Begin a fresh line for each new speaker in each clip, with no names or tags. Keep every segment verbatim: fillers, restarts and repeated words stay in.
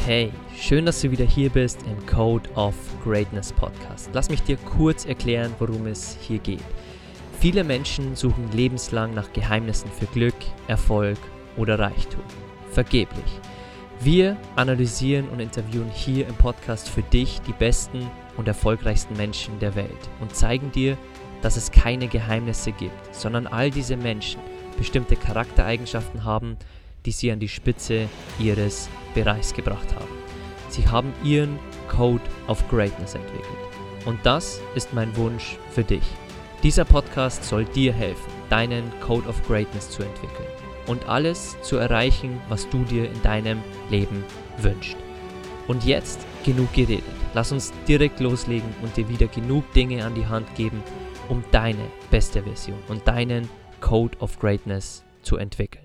Hey, schön, dass du wieder hier bist im Code of Greatness Podcast. Lass mich dir kurz erklären, worum es hier geht. Viele Menschen suchen lebenslang nach Geheimnissen für Glück, Erfolg oder Reichtum. Vergeblich. Wir analysieren und interviewen hier im Podcast für dich die besten und erfolgreichsten Menschen der Welt und zeigen dir, dass es keine Geheimnisse gibt, sondern all diese Menschen bestimmte Charaktereigenschaften haben, die sie an die Spitze ihres Bereichs gebracht haben. Sie haben ihren Code of Greatness entwickelt. Und das ist mein Wunsch für dich. Dieser Podcast soll dir helfen, deinen Code of Greatness zu entwickeln und alles zu erreichen, was du dir in deinem Leben wünschst. Und jetzt genug geredet. Lass uns direkt loslegen und dir wieder genug Dinge an die Hand geben, um deine beste Version und deinen Code of Greatness zu entwickeln.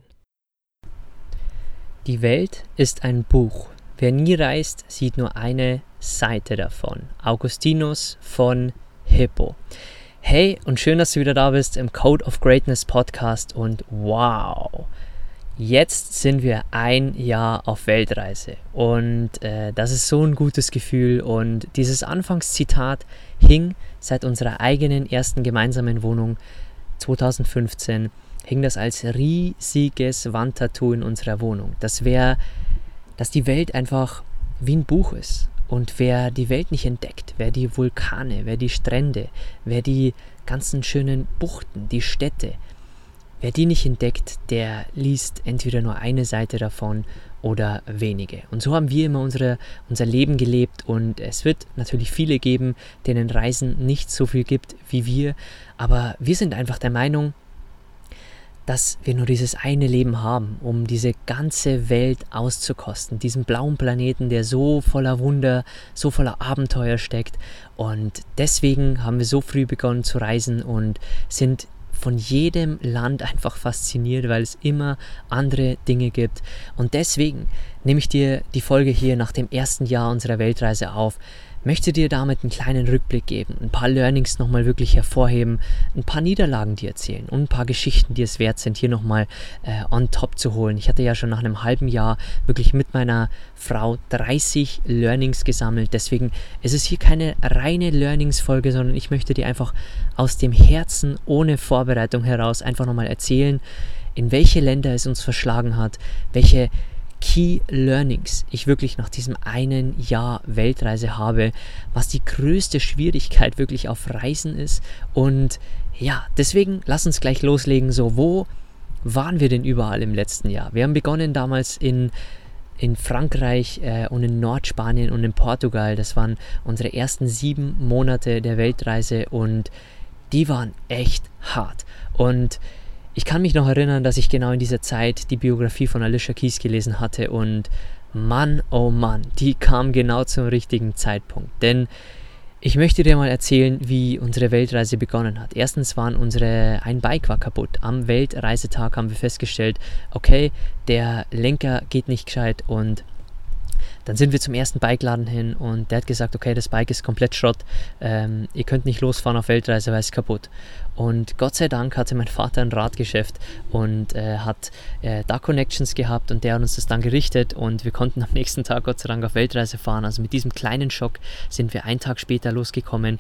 Die Welt ist ein Buch. Wer nie reist, sieht nur eine Seite davon. Augustinus von Hippo. Hey, und schön, dass du wieder da bist im Code of Greatness Podcast. Und wow, jetzt sind wir ein Jahr auf Weltreise. Und äh, das ist so ein gutes Gefühl. Und dieses Anfangszitat hing seit unserer eigenen ersten gemeinsamen Wohnung zweitausendfünfzehn hing das als riesiges Wandtattoo in unserer Wohnung. Das wäre, dass die Welt einfach wie ein Buch ist. Und wer die Welt nicht entdeckt, wer die Vulkane, wer die Strände, wer die ganzen schönen Buchten, die Städte, wer die nicht entdeckt, der liest entweder nur eine Seite davon oder wenige. Und so haben wir immer unsere, unser Leben gelebt und es wird natürlich viele geben, denen Reisen nicht so viel gibt wie wir. Aber wir sind einfach der Meinung, dass wir nur dieses eine Leben haben, um diese ganze Welt auszukosten. Diesen blauen Planeten, der so voller Wunder, so voller Abenteuer steckt. Und deswegen haben wir so früh begonnen zu reisen und sind von jedem Land einfach fasziniert, weil es immer andere Dinge gibt. Und deswegen nehme ich dir die Folge hier nach dem ersten Jahr unserer Weltreise auf, möchte dir damit einen kleinen Rückblick geben, ein paar Learnings nochmal wirklich hervorheben, ein paar Niederlagen dir erzählen und ein paar Geschichten, die es wert sind, hier nochmal äh, on top zu holen. Ich hatte ja schon nach einem halben Jahr wirklich mit meiner Frau dreißig Learnings gesammelt, deswegen ist es hier keine reine Learnings-Folge, sondern ich möchte dir einfach aus dem Herzen, ohne Vorbereitung heraus, einfach nochmal erzählen, in welche Länder es uns verschlagen hat, welche Key Learnings ich wirklich nach diesem einen Jahr Weltreise habe, was die größte Schwierigkeit wirklich auf Reisen ist. Und ja, deswegen lass uns gleich loslegen. So, wo waren wir denn überall im letzten Jahr? Wir haben begonnen damals in in Frankreich äh, und in Nordspanien und in Portugal. Das waren unsere ersten sieben Monate der Weltreise und die waren echt hart. Und ich kann mich noch erinnern, dass ich genau in dieser Zeit die Biografie von Alicia Keys gelesen hatte und Mann, oh Mann, die kam genau zum richtigen Zeitpunkt. Denn ich möchte dir mal erzählen, wie unsere Weltreise begonnen hat. Erstens waren unsere, ein Bike war kaputt. Am Weltreisetag haben wir festgestellt, okay, der Lenker geht nicht gescheit und dann sind wir zum ersten Bikeladen hin und der hat gesagt, okay, das Bike ist komplett Schrott, ähm, ihr könnt nicht losfahren auf Weltreise, weil es kaputt. Und Gott sei Dank hatte mein Vater ein Radgeschäft und äh, hat äh, da Connections gehabt und der hat uns das dann gerichtet und wir konnten am nächsten Tag Gott sei Dank auf Weltreise fahren. Also mit diesem kleinen Schock sind wir einen Tag später losgekommen.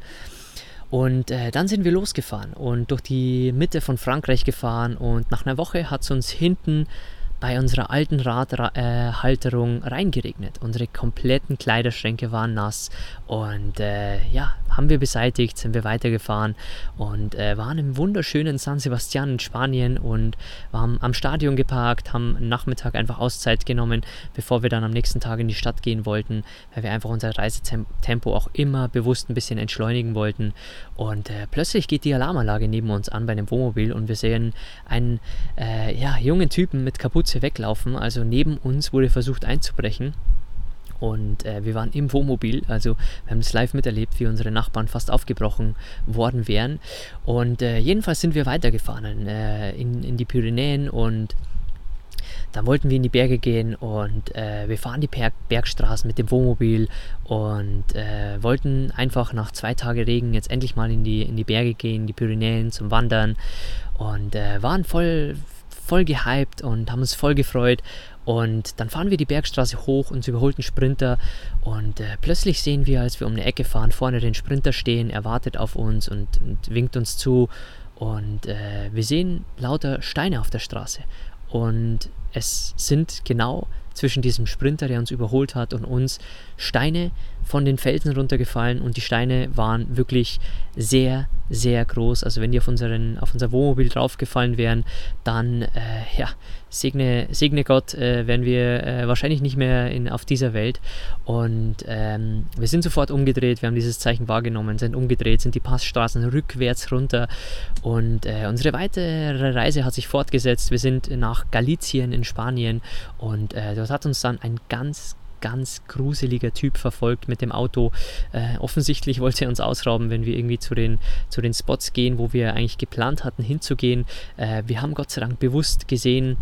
Und äh, dann sind wir losgefahren und durch die Mitte von Frankreich gefahren und nach einer Woche hat es uns hinten bei unserer alten Radhalterung äh, reingeregnet. Unsere kompletten Kleiderschränke waren nass und äh, ja, haben wir beseitigt, sind wir weitergefahren und äh, waren im wunderschönen San Sebastian in Spanien und waren am Stadion geparkt, haben am Nachmittag einfach Auszeit genommen, bevor wir dann am nächsten Tag in die Stadt gehen wollten, weil wir einfach unser Reisetempo auch immer bewusst ein bisschen entschleunigen wollten. Und äh, plötzlich geht die Alarmanlage neben uns an bei einem Wohnmobil und wir sehen einen äh, ja, jungen Typen mit Kapuze weglaufen. Also neben uns wurde versucht einzubrechen. Und äh, wir waren im Wohnmobil, also wir haben das live miterlebt, wie unsere Nachbarn fast aufgebrochen worden wären. Und äh, jedenfalls sind wir weitergefahren äh, in, in die Pyrenäen und dann wollten wir in die Berge gehen und äh, wir fahren die Berg- Bergstraßen mit dem Wohnmobil und äh, wollten einfach nach zwei Tagen Regen jetzt endlich mal in die, in die Berge gehen, die Pyrenäen zum Wandern und äh, waren voll, voll gehypt und haben uns voll gefreut. Und dann fahren wir die Bergstraße hoch, uns überholt ein Sprinter und äh, plötzlich sehen wir, als wir um eine Ecke fahren, vorne den Sprinter stehen, er wartet auf uns und, und winkt uns zu und äh, wir sehen lauter Steine auf der Straße und es sind genau zwischen diesem Sprinter, der uns überholt hat, und uns Steine von den Felsen runtergefallen und die Steine waren wirklich sehr, sehr groß. Also wenn die auf, unseren, auf unser Wohnmobil draufgefallen wären, dann, äh, ja, segne, segne Gott, äh, wären wir äh, wahrscheinlich nicht mehr in, auf dieser Welt. Und ähm, wir sind sofort umgedreht, wir haben dieses Zeichen wahrgenommen, sind umgedreht, sind die Passstraßen rückwärts runter und äh, unsere weitere Reise hat sich fortgesetzt. Wir sind nach Galicien in Spanien und äh, dort hat uns dann ein ganz ganz gruseliger Typ verfolgt mit dem Auto. Äh, offensichtlich wollte er uns ausrauben, wenn wir irgendwie zu den, zu den Spots gehen, wo wir eigentlich geplant hatten hinzugehen. Äh, wir haben Gott sei Dank bewusst gesehen,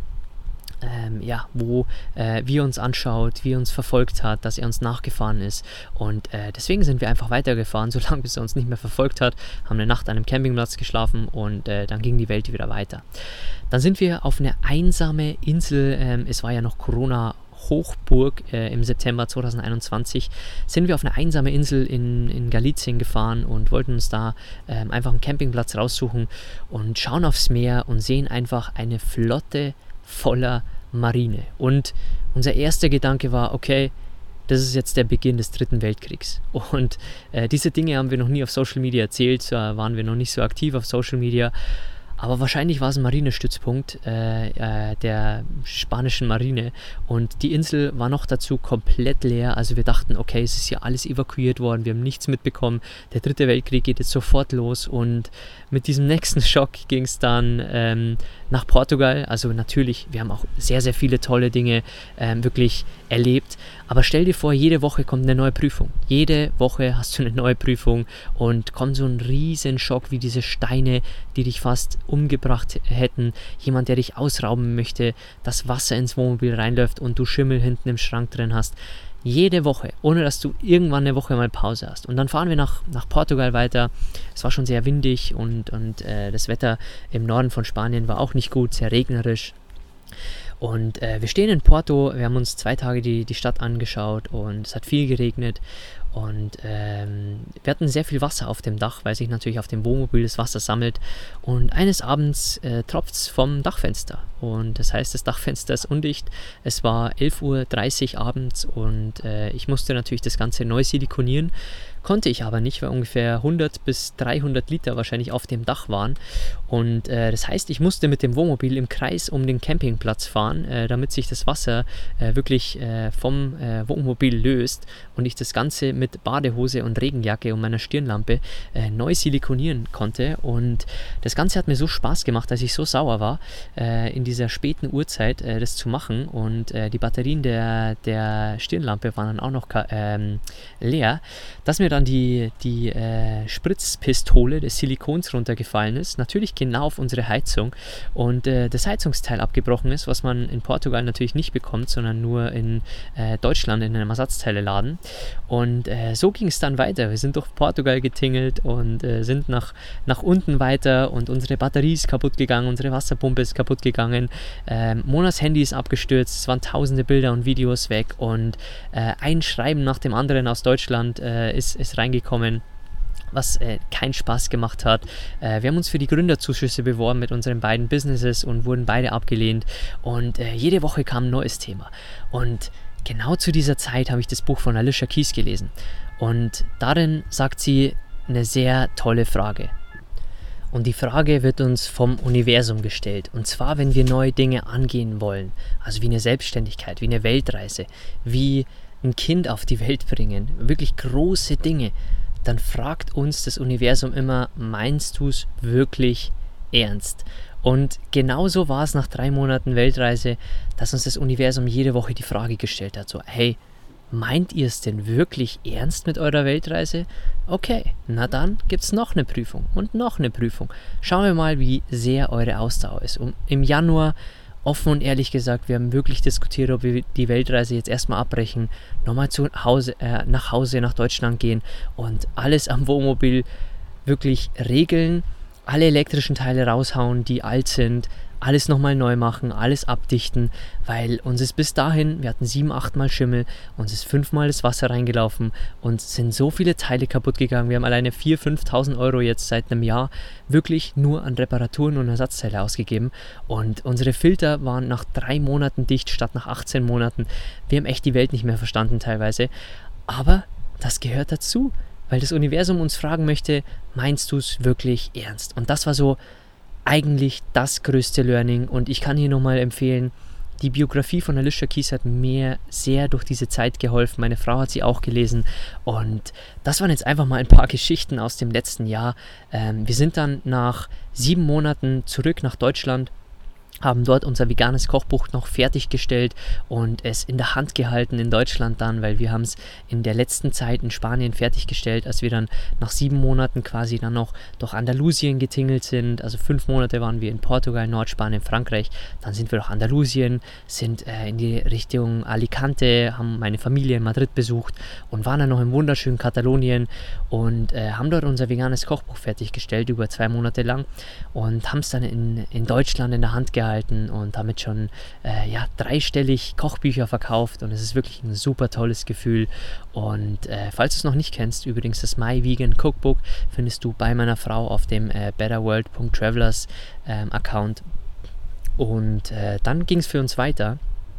ähm, ja, wo äh, wie er uns anschaut, wie er uns verfolgt hat, dass er uns nachgefahren ist. Und äh, deswegen sind wir einfach weitergefahren, solange bis er uns nicht mehr verfolgt hat, haben eine Nacht an einem Campingplatz geschlafen und äh, dann ging die Welt wieder weiter. Dann sind wir auf eine einsame Insel, ähm, es war ja noch Corona Hochburg äh, im September zweitausendeinundzwanzig, sind wir auf eine einsame Insel in, in Galicien gefahren und wollten uns da ähm, einfach einen Campingplatz raussuchen und schauen aufs Meer und sehen einfach eine Flotte voller Marine. Und unser erster Gedanke war, okay, das ist jetzt der Beginn des Dritten Weltkriegs. Und äh, diese Dinge haben wir noch nie auf Social Media erzählt, da waren wir noch nicht so aktiv auf Social Media. Aber wahrscheinlich war es ein Marinestützpunkt äh, äh, der spanischen Marine und die Insel war noch dazu komplett leer. Also wir dachten, okay, es ist ja alles evakuiert worden, wir haben nichts mitbekommen. Der Dritte Weltkrieg geht jetzt sofort los und mit diesem nächsten Schock ging es dann ähm, nach Portugal. Also natürlich, wir haben auch sehr, sehr viele tolle Dinge ähm, wirklich erlebt. Aber stell dir vor, jede Woche kommt eine neue Prüfung. Jede Woche hast du eine neue Prüfung und kommt so ein riesen Schock wie diese Steine, die dich fast umgebracht hätten. Jemand, der dich ausrauben möchte, das Wasser ins Wohnmobil reinläuft und du Schimmel hinten im Schrank drin hast. Jede Woche, ohne dass du irgendwann eine Woche mal Pause hast. Und dann fahren wir nach, nach Portugal weiter. Es war schon sehr windig und, und äh, das Wetter im Norden von Spanien war auch nicht gut, sehr regnerisch. Und äh, wir stehen in Porto, wir haben uns zwei Tage die, die Stadt angeschaut und es hat viel geregnet. Und ähm, wir hatten sehr viel Wasser auf dem Dach, weil sich natürlich auf dem Wohnmobil das Wasser sammelt. Und eines Abends äh, tropft es vom Dachfenster. Und das heißt, das Dachfenster ist undicht. Es war elf Uhr dreißig abends und äh, ich musste natürlich das Ganze neu silikonieren. Konnte ich aber nicht, weil ungefähr hundert bis dreihundert Liter wahrscheinlich auf dem Dach waren. Und äh, das heißt, ich musste mit dem Wohnmobil im Kreis um den Campingplatz fahren, äh, damit sich das Wasser äh, wirklich äh, vom äh, Wohnmobil löst und ich das Ganze mit Badehose und Regenjacke und meiner Stirnlampe äh, neu silikonieren konnte. Und das Ganze hat mir so Spaß gemacht, dass ich so sauer war, äh, in dieser späten Uhrzeit äh, das zu machen. Und äh, die Batterien der, der Stirnlampe waren dann auch noch ähm, leer, dass mir dann die, die äh, Spritzpistole des Silikons runtergefallen ist, natürlich genau auf unsere Heizung und äh, das Heizungsteil abgebrochen ist, was man in Portugal natürlich nicht bekommt, sondern nur in äh, Deutschland in einem Ersatzteileladen. Und äh, so ging es dann weiter. Wir sind durch Portugal getingelt und äh, sind nach, nach unten weiter und unsere Batterie ist kaputt gegangen, unsere Wasserpumpe ist kaputt gegangen, ähm, Monas Handy ist abgestürzt, es waren tausende Bilder und Videos weg und äh, ein Schreiben nach dem anderen aus Deutschland äh, ist ist reingekommen, was äh, keinen Spaß gemacht hat. Äh, wir haben uns für die Gründerzuschüsse beworben mit unseren beiden Businesses und wurden beide abgelehnt und äh, jede Woche kam ein neues Thema. Und genau zu dieser Zeit habe ich das Buch von Alicia Keys gelesen und darin sagt sie eine sehr tolle Frage. Und die Frage wird uns vom Universum gestellt. Und zwar, wenn wir neue Dinge angehen wollen, also wie eine Selbstständigkeit, wie eine Weltreise, wie ein Kind auf die Welt bringen, wirklich große Dinge, dann fragt uns das Universum immer, meinst du es wirklich ernst? Und genauso war es nach drei Monaten Weltreise, dass uns das Universum jede Woche die Frage gestellt hat, so, hey, meint ihr es denn wirklich ernst mit eurer Weltreise? Okay, na dann gibt es noch eine Prüfung und noch eine Prüfung. Schauen wir mal, wie sehr eure Ausdauer ist. Und im Januar, offen und ehrlich gesagt, wir haben wirklich diskutiert, ob wir die Weltreise jetzt erstmal abbrechen, nochmal zu Hause, äh, nach Hause, nach Deutschland gehen und alles am Wohnmobil wirklich regeln, alle elektrischen Teile raushauen, die alt sind, alles nochmal neu machen, alles abdichten, weil uns ist bis dahin, wir hatten sieben, acht Mal Schimmel, uns ist fünfmal das Wasser reingelaufen und sind so viele Teile kaputt gegangen. Wir haben alleine viertausend, fünftausend Euro jetzt seit einem Jahr wirklich nur an Reparaturen und Ersatzteile ausgegeben und unsere Filter waren nach drei Monaten dicht statt nach achtzehn Monaten. Wir haben echt die Welt nicht mehr verstanden teilweise, aber das gehört dazu, weil das Universum uns fragen möchte, meinst du es wirklich ernst? Und das war so eigentlich das größte Learning und ich kann hier nochmal empfehlen, die Biografie von Alicia Keys hat mir sehr durch diese Zeit geholfen. Meine Frau hat sie auch gelesen und das waren jetzt einfach mal ein paar Geschichten aus dem letzten Jahr. Ähm, wir sind dann nach sieben Monaten zurück nach Deutschland, haben dort unser veganes Kochbuch noch fertiggestellt und es in der Hand gehalten in Deutschland dann, weil wir haben es in der letzten Zeit in Spanien fertiggestellt, als wir dann nach sieben Monaten quasi dann noch durch Andalusien getingelt sind. Also fünf Monate waren wir in Portugal, Nordspanien, Frankreich, dann sind wir durch Andalusien, sind äh, in die Richtung Alicante, haben meine Familie in Madrid besucht und waren dann noch im wunderschönen Katalonien und äh, haben dort unser veganes Kochbuch fertiggestellt, über zwei Monate lang und haben es dann in, in Deutschland in der Hand gehalten und damit schon äh, ja, dreistellig Kochbücher verkauft und es ist wirklich ein super tolles Gefühl und äh, falls du es noch nicht kennst, übrigens das My Vegan Cookbook findest du bei meiner Frau auf dem äh, betterworld punkt travelers ähm, Account und äh, dann ging es für uns weiter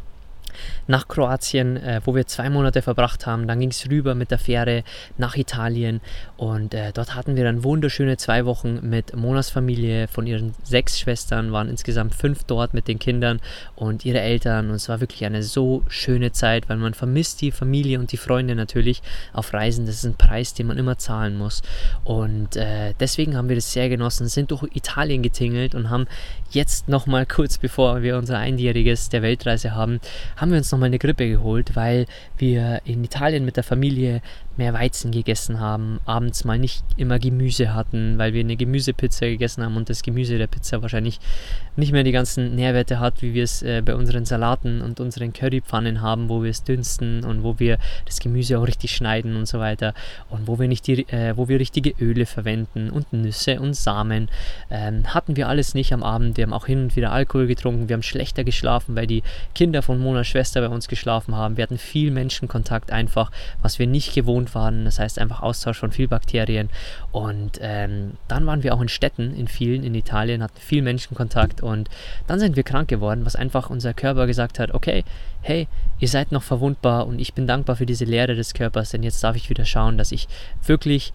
nach Kroatien, äh, wo wir zwei Monate verbracht haben. Dann ging es rüber mit der Fähre nach Italien und äh, dort hatten wir dann wunderschöne zwei Wochen mit Monas Familie. Von ihren sechs Schwestern waren insgesamt fünf dort mit den Kindern und ihre Eltern und es war wirklich eine so schöne Zeit, weil man vermisst die Familie und die Freunde natürlich auf Reisen. Das ist ein Preis, den man immer zahlen muss und äh, deswegen haben wir das sehr genossen, sind durch Italien getingelt und haben jetzt nochmal kurz bevor wir unser Einjähriges der Weltreise haben, haben wir uns nochmal eine Grippe geholt, weil wir in Italien mit der Familie mehr Weizen gegessen haben, abends mal nicht immer Gemüse hatten, weil wir eine Gemüsepizza gegessen haben und das Gemüse der Pizza wahrscheinlich nicht mehr die ganzen Nährwerte hat, wie wir es äh, bei unseren Salaten und unseren Currypfannen haben, wo wir es dünsten und wo wir das Gemüse auch richtig schneiden und so weiter und wo wir nicht die, äh, wo wir richtige Öle verwenden und Nüsse und Samen, ähm, hatten wir alles nicht am Abend. Wir haben auch hin und wieder Alkohol getrunken, wir haben schlechter geschlafen, weil die Kinder von Monas Schwester bei uns geschlafen haben. Wir hatten viel Menschenkontakt einfach, was wir nicht gewohnt waren, das heißt einfach Austausch von viel Bakterien und ähm, dann waren wir auch in Städten, in vielen, in Italien, hatten viel Menschenkontakt und dann sind wir krank geworden, was einfach unser Körper gesagt hat, okay, hey, ihr seid noch verwundbar und ich bin dankbar für diese Leere des Körpers, denn jetzt darf ich wieder schauen, dass ich wirklich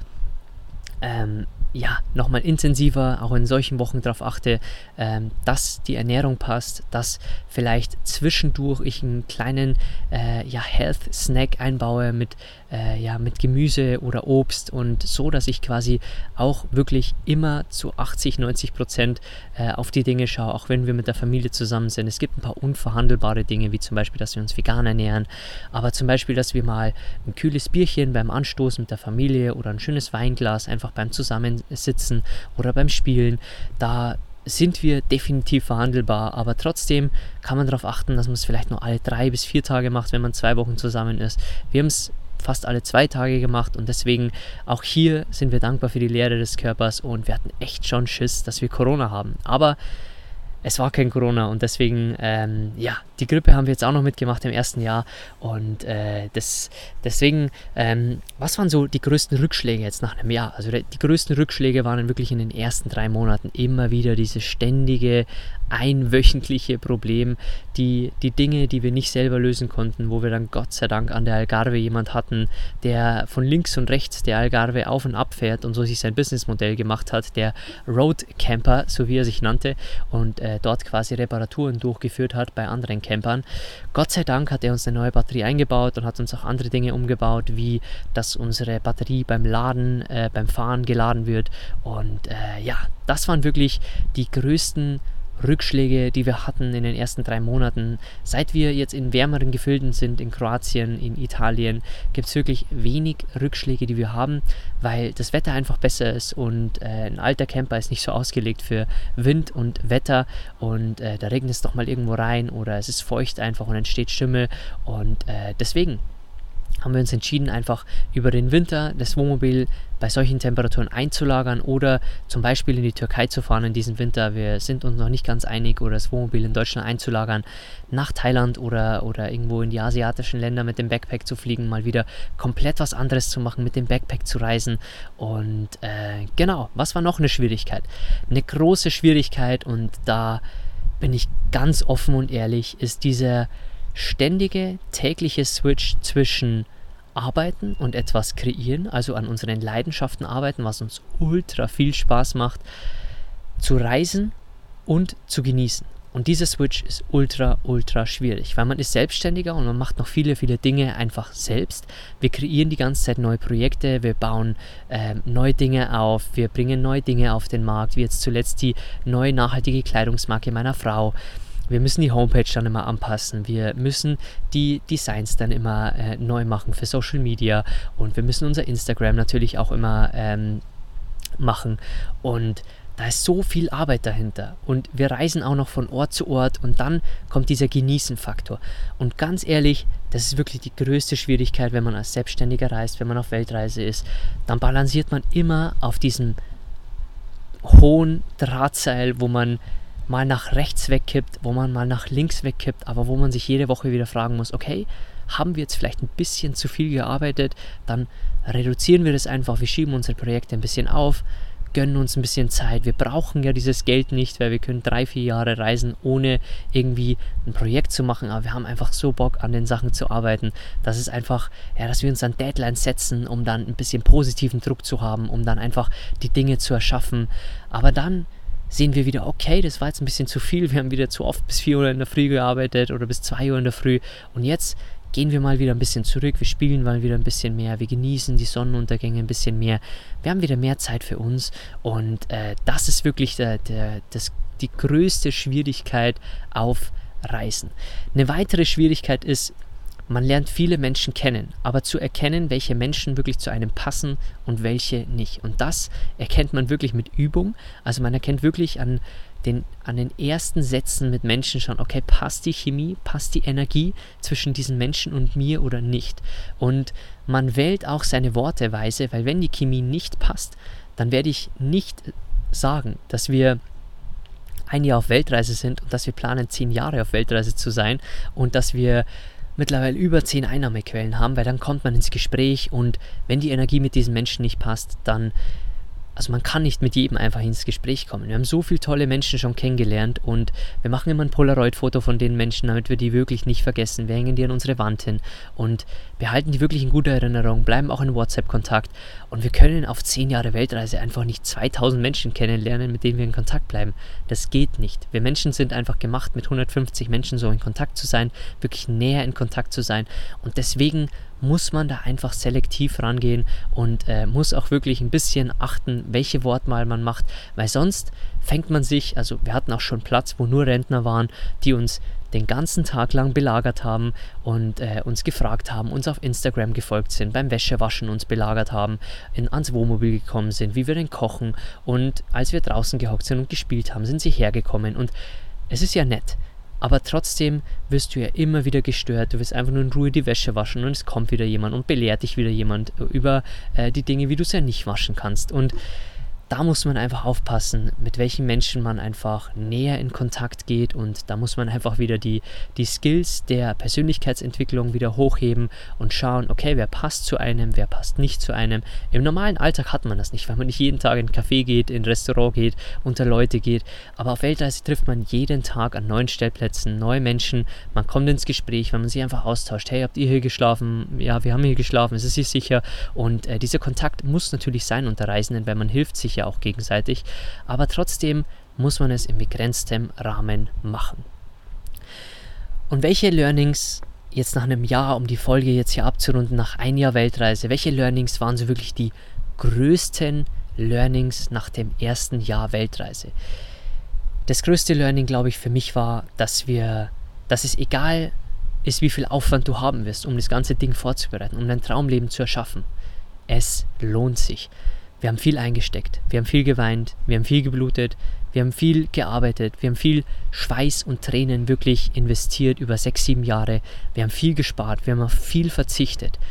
ähm, ja, nochmal intensiver, auch in solchen Wochen darauf achte, ähm, dass die Ernährung passt, dass vielleicht zwischendurch ich einen kleinen äh, ja, Health-Snack einbaue mit, äh, ja, mit Gemüse oder Obst und so, dass ich quasi auch wirklich immer zu achtzig, neunzig Prozent äh, auf die Dinge schaue, auch wenn wir mit der Familie zusammen sind. Es gibt ein paar unverhandelbare Dinge, wie zum Beispiel, dass wir uns vegan ernähren, aber zum Beispiel, dass wir mal ein kühles Bierchen beim Anstoßen mit der Familie oder ein schönes Weinglas einfach beim Zusammensitzen oder beim Spielen, da sind wir definitiv verhandelbar, aber trotzdem kann man darauf achten, dass man es vielleicht nur alle drei bis vier Tage macht, wenn man zwei Wochen zusammen ist. Wir haben es fast alle zwei Tage gemacht und deswegen auch hier sind wir dankbar für die Leere des Körpers und wir hatten echt schon Schiss, dass wir Corona haben, aber es war kein Corona und deswegen, ähm, ja, die Grippe haben wir jetzt auch noch mitgemacht im ersten Jahr und äh, das, deswegen, ähm, was waren so die größten Rückschläge jetzt nach einem Jahr? Also die größten Rückschläge waren wirklich in den ersten drei Monaten immer wieder diese ständige, einwöchentliche Problem, die, die Dinge, die wir nicht selber lösen konnten, wo wir dann Gott sei Dank an der Algarve jemand hatten, der von links und rechts der Algarve auf und ab fährt und so sich sein Businessmodell gemacht hat, der Road Camper, so wie er sich nannte, und äh, dort quasi Reparaturen durchgeführt hat bei anderen Campern. Gott sei Dank hat er uns eine neue Batterie eingebaut und hat uns auch andere Dinge umgebaut, wie dass unsere Batterie beim Laden, äh, beim Fahren geladen wird und äh, ja, das waren wirklich die größten Rückschläge, die wir hatten in den ersten drei Monaten. Seit wir jetzt in wärmeren Gefilden sind, in Kroatien, in Italien, gibt es wirklich wenig Rückschläge, die wir haben, weil das Wetter einfach besser ist und äh, ein alter Camper ist nicht so ausgelegt für Wind und Wetter und äh, da regnet es doch mal irgendwo rein oder es ist feucht einfach und entsteht Schimmel und äh, deswegen haben wir uns entschieden, einfach über den Winter das Wohnmobil bei solchen Temperaturen einzulagern oder zum Beispiel in die Türkei zu fahren in diesem Winter. Wir sind uns noch nicht ganz einig, oder das Wohnmobil in Deutschland einzulagern, nach Thailand oder, oder irgendwo in die asiatischen Länder mit dem Backpack zu fliegen, mal wieder komplett was anderes zu machen, mit dem Backpack zu reisen. Und äh, genau, was war noch eine Schwierigkeit? Eine große Schwierigkeit, und da bin ich ganz offen und ehrlich, ist dieser ständige tägliche Switch zwischen Arbeiten und etwas kreieren, also an unseren Leidenschaften arbeiten, was uns ultra viel Spaß macht, zu reisen und zu genießen. Und dieser Switch ist ultra, ultra schwierig, weil man ist Selbstständiger und man macht noch viele, viele Dinge einfach selbst. Wir kreieren die ganze Zeit neue Projekte, wir bauen äh, neue Dinge auf, wir bringen neue Dinge auf den Markt, wie jetzt zuletzt die neue nachhaltige Kleidungsmarke meiner Frau. Wir müssen die Homepage dann immer anpassen, wir müssen die Designs dann immer äh, neu machen für Social Media, und wir müssen unser Instagram natürlich auch immer ähm, machen, und da ist so viel Arbeit dahinter, und wir reisen auch noch von Ort zu Ort, und dann kommt dieser Genießen-Faktor. Und ganz ehrlich, das ist wirklich die größte Schwierigkeit, wenn man als Selbstständiger reist, wenn man auf Weltreise ist, dann balanciert man immer auf diesem hohen Drahtseil, wo man mal nach rechts wegkippt, wo man mal nach links wegkippt, aber wo man sich jede Woche wieder fragen muss, okay, haben wir jetzt vielleicht ein bisschen zu viel gearbeitet, dann reduzieren wir das einfach, wir schieben unsere Projekte ein bisschen auf, gönnen uns ein bisschen Zeit, wir brauchen ja dieses Geld nicht, weil wir können drei, vier Jahre reisen, ohne irgendwie ein Projekt zu machen, aber wir haben einfach so Bock, an den Sachen zu arbeiten, dass es einfach, ja, dass wir uns dann Deadlines setzen, um dann ein bisschen positiven Druck zu haben, um dann einfach die Dinge zu erschaffen, aber dann sehen wir wieder, okay, das war jetzt ein bisschen zu viel, wir haben wieder zu oft bis vier Uhr in der Früh gearbeitet oder bis zwei Uhr in der Früh, und jetzt gehen wir mal wieder ein bisschen zurück, wir spielen mal wieder ein bisschen mehr, wir genießen die Sonnenuntergänge ein bisschen mehr, wir haben wieder mehr Zeit für uns, und äh, das ist wirklich der, der, das, die größte Schwierigkeit auf Reisen. Eine weitere Schwierigkeit ist, man lernt viele Menschen kennen, aber zu erkennen, welche Menschen wirklich zu einem passen und welche nicht. Und das erkennt man wirklich mit Übung. Also man erkennt wirklich an den, an den ersten Sätzen mit Menschen schon, okay, passt die Chemie, passt die Energie zwischen diesen Menschen und mir oder nicht. Und man wählt auch seine Worte weise, weil wenn die Chemie nicht passt, dann werde ich nicht sagen, dass wir ein Jahr auf Weltreise sind und dass wir planen, zehn Jahre auf Weltreise zu sein und dass wir mittlerweile über zehn Einnahmequellen haben, weil dann kommt man ins Gespräch, und wenn die Energie mit diesen Menschen nicht passt, dann, also man kann nicht mit jedem einfach ins Gespräch kommen. Wir haben so viele tolle Menschen schon kennengelernt, und wir machen immer ein Polaroid-Foto von den Menschen, damit wir die wirklich nicht vergessen. Wir hängen die an unsere Wand hin und wir halten die wirklich in guter Erinnerung, bleiben auch in WhatsApp-Kontakt, und wir können auf zehn Jahre Weltreise einfach nicht zweitausend Menschen kennenlernen, mit denen wir in Kontakt bleiben. Das geht nicht. Wir Menschen sind einfach gemacht, mit hundertfünfzig Menschen so in Kontakt zu sein, wirklich näher in Kontakt zu sein, und deswegen muss man da einfach selektiv rangehen und äh, muss auch wirklich ein bisschen achten, welche Wortwahl man macht, weil sonst fängt man sich, also wir hatten auch schon Platz, wo nur Rentner waren, die uns den ganzen Tag lang belagert haben und äh, uns gefragt haben, uns auf Instagram gefolgt sind, beim Wäschewaschen uns belagert haben, in, ans Wohnmobil gekommen sind, wie wir denn kochen, und als wir draußen gehockt sind und gespielt haben, sind sie hergekommen, und es ist ja nett. Aber trotzdem wirst du ja immer wieder gestört, du wirst einfach nur in Ruhe die Wäsche waschen und es kommt wieder jemand und belehrt dich wieder jemand über äh, die Dinge, wie du es ja nicht waschen kannst. Und da muss man einfach aufpassen, mit welchen Menschen man einfach näher in Kontakt geht, und da muss man einfach wieder die, die Skills der Persönlichkeitsentwicklung wieder hochheben und schauen, okay, wer passt zu einem, wer passt nicht zu einem. Im normalen Alltag hat man das nicht, weil man nicht jeden Tag in ein Café geht, in ein Restaurant geht, unter Leute geht, aber auf Weltreise trifft man jeden Tag an neuen Stellplätzen neue Menschen, man kommt ins Gespräch, weil man sich einfach austauscht, hey, habt ihr hier geschlafen? Ja, wir haben hier geschlafen, ist es hier sicher? Und äh, dieser Kontakt muss natürlich sein unter Reisenden, weil man hilft sich ja auch gegenseitig, aber trotzdem muss man es in begrenztem Rahmen machen. Und welche Learnings jetzt nach einem Jahr, um die Folge jetzt hier abzurunden, nach ein Jahr Weltreise, welche Learnings waren so wirklich die größten Learnings nach dem ersten Jahr Weltreise? Das größte Learning, glaube ich, für mich war, dass wir, dass es egal ist, wie viel Aufwand du haben wirst, um das ganze Ding vorzubereiten, um dein Traumleben zu erschaffen. Es lohnt sich. Wir haben viel eingesteckt, wir haben viel geweint, wir haben viel geblutet, wir haben viel gearbeitet, wir haben viel Schweiß und Tränen wirklich investiert über sechs, sieben Jahre. Wir haben viel gespart, wir haben auf viel verzichtet.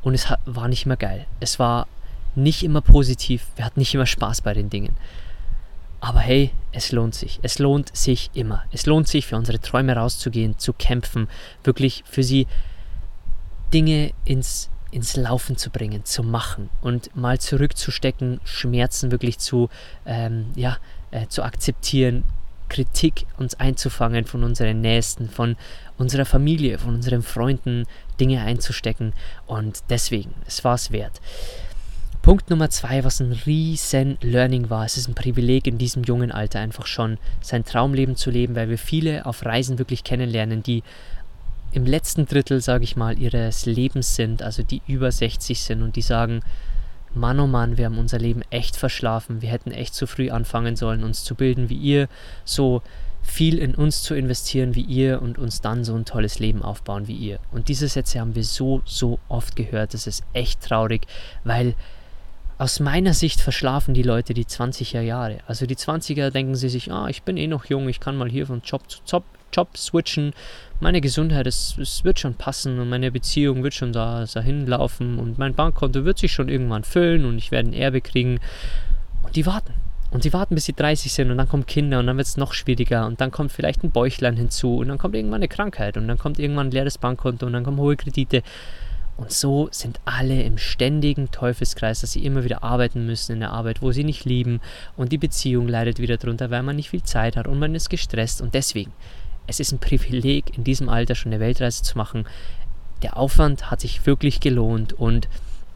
und es war nicht immer geil. Es war nicht immer positiv, wir hatten nicht immer Spaß bei den Dingen. Aber hey, es lohnt sich. Es lohnt sich immer. Es lohnt sich, für unsere Träume rauszugehen, zu kämpfen, wirklich für sie Dinge ins, ins Laufen zu bringen, zu machen und mal zurückzustecken, Schmerzen wirklich zu, ähm, ja, äh, zu akzeptieren, Kritik uns einzufangen von unseren Nächsten, von unserer Familie, von unseren Freunden, Dinge einzustecken. Und deswegen, es war es wert. Punkt Nummer zwei, was ein riesen Learning war. Es ist ein Privileg, in diesem jungen Alter einfach schon sein Traumleben zu leben, weil wir viele auf Reisen wirklich kennenlernen, die im letzten Drittel, sage ich mal, ihres Lebens sind, also die über sechzig sind und die sagen, Mann, oh Mann, wir haben unser Leben echt verschlafen, wir hätten echt so früh anfangen sollen, uns zu bilden wie ihr, so viel in uns zu investieren wie ihr und uns dann so ein tolles Leben aufbauen wie ihr. Und diese Sätze haben wir so, so oft gehört, das ist echt traurig, weil aus meiner Sicht verschlafen die Leute die zwanziger Jahre. Also die zwanziger denken sie sich, ah, ich bin eh noch jung, ich kann mal hier von Job zu Job, Job switchen, meine Gesundheit, es, es wird schon passen und meine Beziehung wird schon da, dahin laufen und mein Bankkonto wird sich schon irgendwann füllen und ich werde ein Erbe kriegen. Und die warten. Und die warten, bis sie dreißig sind und dann kommen Kinder und dann wird es noch schwieriger und dann kommt vielleicht ein Bäuchlein hinzu und dann kommt irgendwann eine Krankheit und dann kommt irgendwann ein leeres Bankkonto und dann kommen hohe Kredite. Und so sind alle im ständigen Teufelskreis, dass sie immer wieder arbeiten müssen in der Arbeit, wo sie nicht lieben und die Beziehung leidet wieder drunter, weil man nicht viel Zeit hat und man ist gestresst. Und deswegen, es ist ein Privileg, in diesem Alter schon eine Weltreise zu machen. Der Aufwand hat sich wirklich gelohnt und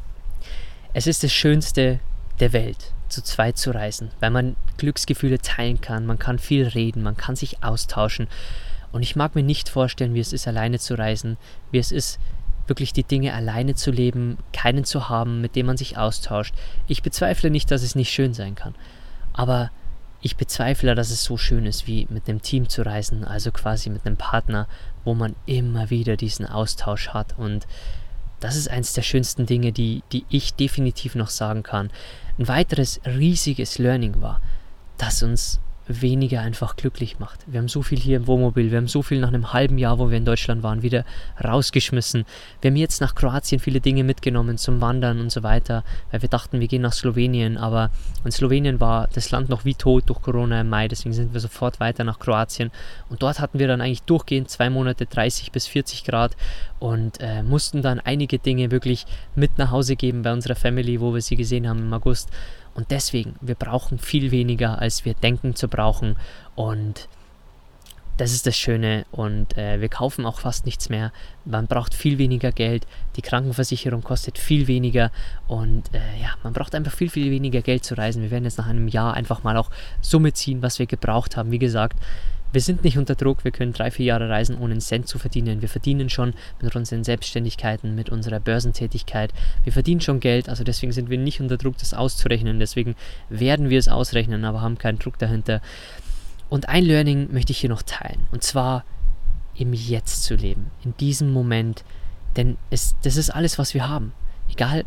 es ist das Schönste der Welt, zu zweit zu reisen, weil man Glücksgefühle teilen kann, man kann viel reden, man kann sich austauschen. Und ich mag mir nicht vorstellen, wie es ist, alleine zu reisen, wie es ist, wirklich die Dinge alleine zu leben, keinen zu haben, mit dem man sich austauscht. Ich bezweifle nicht, dass es nicht schön sein kann, aber ich bezweifle, dass es so schön ist, wie mit einem Team zu reisen, also quasi mit einem Partner, wo man immer wieder diesen Austausch hat. Und das ist eines der schönsten Dinge, die, die ich definitiv noch sagen kann. Ein weiteres riesiges Learning war, dass uns weniger einfach glücklich macht. Wir haben so viel hier im Wohnmobil, wir haben so viel nach einem halben Jahr, wo wir in Deutschland waren, wieder rausgeschmissen. Wir haben jetzt nach Kroatien viele Dinge mitgenommen zum Wandern und so weiter, weil wir dachten, wir gehen nach Slowenien, aber in Slowenien war das Land noch wie tot durch Corona im Mai, deswegen sind wir sofort weiter nach Kroatien und dort hatten wir dann eigentlich durchgehend zwei Monate dreißig bis vierzig Grad und äh, mussten dann einige Dinge wirklich mit nach Hause geben bei unserer Family, wo wir sie gesehen haben im August. Und deswegen, wir brauchen viel weniger, als wir denken zu brauchen. Und das ist das Schöne. Und äh, wir kaufen auch fast nichts mehr. Man braucht viel weniger Geld. Die Krankenversicherung kostet viel weniger. Und äh, ja, man braucht einfach viel, viel weniger Geld zu reisen. Wir werden jetzt nach einem Jahr einfach mal auch Summe ziehen, was wir gebraucht haben. Wie gesagt, wir sind nicht unter Druck, wir können drei, vier Jahre reisen, ohne einen Cent zu verdienen. Wir verdienen schon mit unseren Selbstständigkeiten, mit unserer Börsentätigkeit. Wir verdienen schon Geld, also deswegen sind wir nicht unter Druck, das auszurechnen. Deswegen werden wir es ausrechnen, aber haben keinen Druck dahinter. Und ein Learning möchte ich hier noch teilen, und zwar im Jetzt zu leben, in diesem Moment. Denn es, das ist alles, was wir haben. Egal,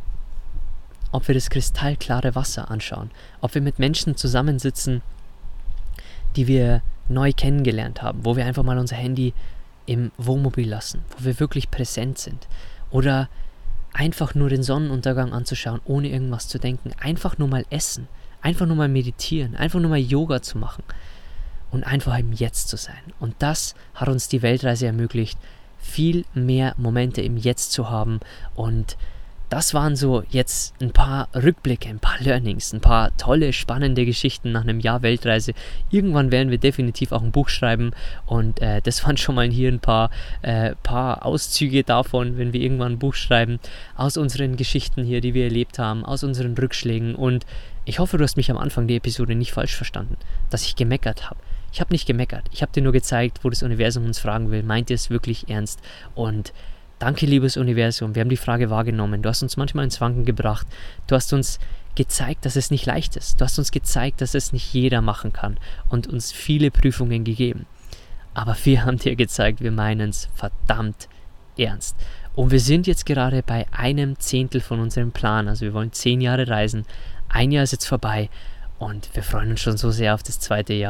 ob wir das kristallklare Wasser anschauen, ob wir mit Menschen zusammensitzen, die wir neu kennengelernt haben, wo wir einfach mal unser Handy im Wohnmobil lassen, wo wir wirklich präsent sind, oder einfach nur den Sonnenuntergang anzuschauen, ohne irgendwas zu denken, einfach nur mal essen, einfach nur mal meditieren, einfach nur mal Yoga zu machen und einfach im Jetzt zu sein. Und das hat uns die Weltreise ermöglicht, viel mehr Momente im Jetzt zu haben. Und das waren so jetzt ein paar Rückblicke, ein paar Learnings, ein paar tolle, spannende Geschichten nach einem Jahr Weltreise. Irgendwann werden wir definitiv auch ein Buch schreiben und äh, das waren schon mal hier ein paar, äh, paar Auszüge davon, wenn wir irgendwann ein Buch schreiben, aus unseren Geschichten hier, die wir erlebt haben, aus unseren Rückschlägen. Und ich hoffe, du hast mich am Anfang der Episode nicht falsch verstanden, dass ich gemeckert habe. Ich habe nicht gemeckert, ich habe dir nur gezeigt, wo das Universum uns fragen will, meint ihr es wirklich ernst? Und danke, liebes Universum, wir haben die Frage wahrgenommen. Du hast uns manchmal ins Wanken gebracht. Du hast uns gezeigt, dass es nicht leicht ist. Du hast uns gezeigt, dass es nicht jeder machen kann und uns viele Prüfungen gegeben. Aber wir haben dir gezeigt, wir meinen es verdammt ernst. Und wir sind jetzt gerade bei einem Zehntel von unserem Plan. Also wir wollen zehn Jahre reisen. Ein Jahr ist jetzt vorbei und wir freuen uns schon so sehr auf das zweite Jahr.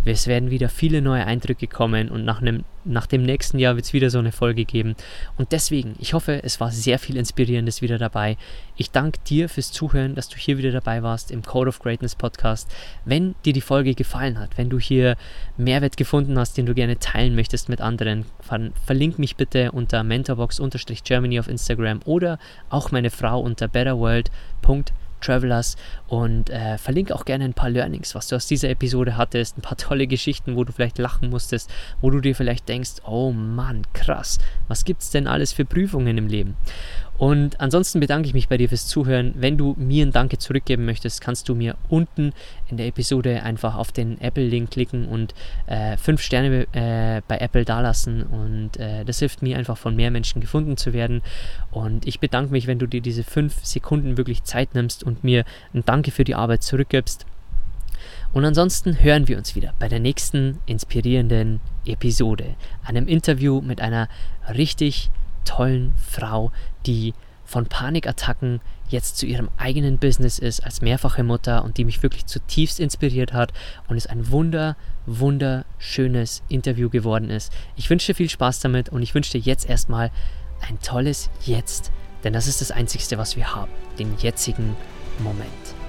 Es werden wieder viele neue Eindrücke kommen und nach, einem, nach dem nächsten Jahr wird es wieder so eine Folge geben. Und deswegen, ich hoffe, es war sehr viel Inspirierendes wieder dabei. Ich danke dir fürs Zuhören, dass du hier wieder dabei warst im Code of Greatness Podcast. Wenn dir die Folge gefallen hat, wenn du hier Mehrwert gefunden hast, den du gerne teilen möchtest mit anderen, ver- verlink mich bitte unter mentorbox-germany auf Instagram oder auch meine Frau unter betterworld punkt travelers und äh, verlinke auch gerne ein paar Learnings, was du aus dieser Episode hattest, ein paar tolle Geschichten, wo du vielleicht lachen musstest, wo du dir vielleicht denkst, oh Mann, krass, was gibt's denn alles für Prüfungen im Leben? Und ansonsten bedanke ich mich bei dir fürs Zuhören. Wenn du mir ein Danke zurückgeben möchtest, kannst du mir unten in der Episode einfach auf den Apple-Link klicken und äh, fünf Sterne äh, bei Apple dalassen. Und äh, das hilft mir einfach, von mehr Menschen gefunden zu werden. Und ich bedanke mich, wenn du dir diese fünf Sekunden wirklich Zeit nimmst und mir ein Danke für die Arbeit zurückgibst. Und ansonsten hören wir uns wieder bei der nächsten inspirierenden Episode. Einem Interview mit einer richtig tollen Frau, die von Panikattacken jetzt zu ihrem eigenen Business ist, als mehrfache Mutter und die mich wirklich zutiefst inspiriert hat und es ein wunder, wunderschönes Interview geworden ist. Ich wünsche dir viel Spaß damit und ich wünsche dir jetzt erstmal ein tolles Jetzt, denn das ist das Einzigste, was wir haben, den jetzigen Moment.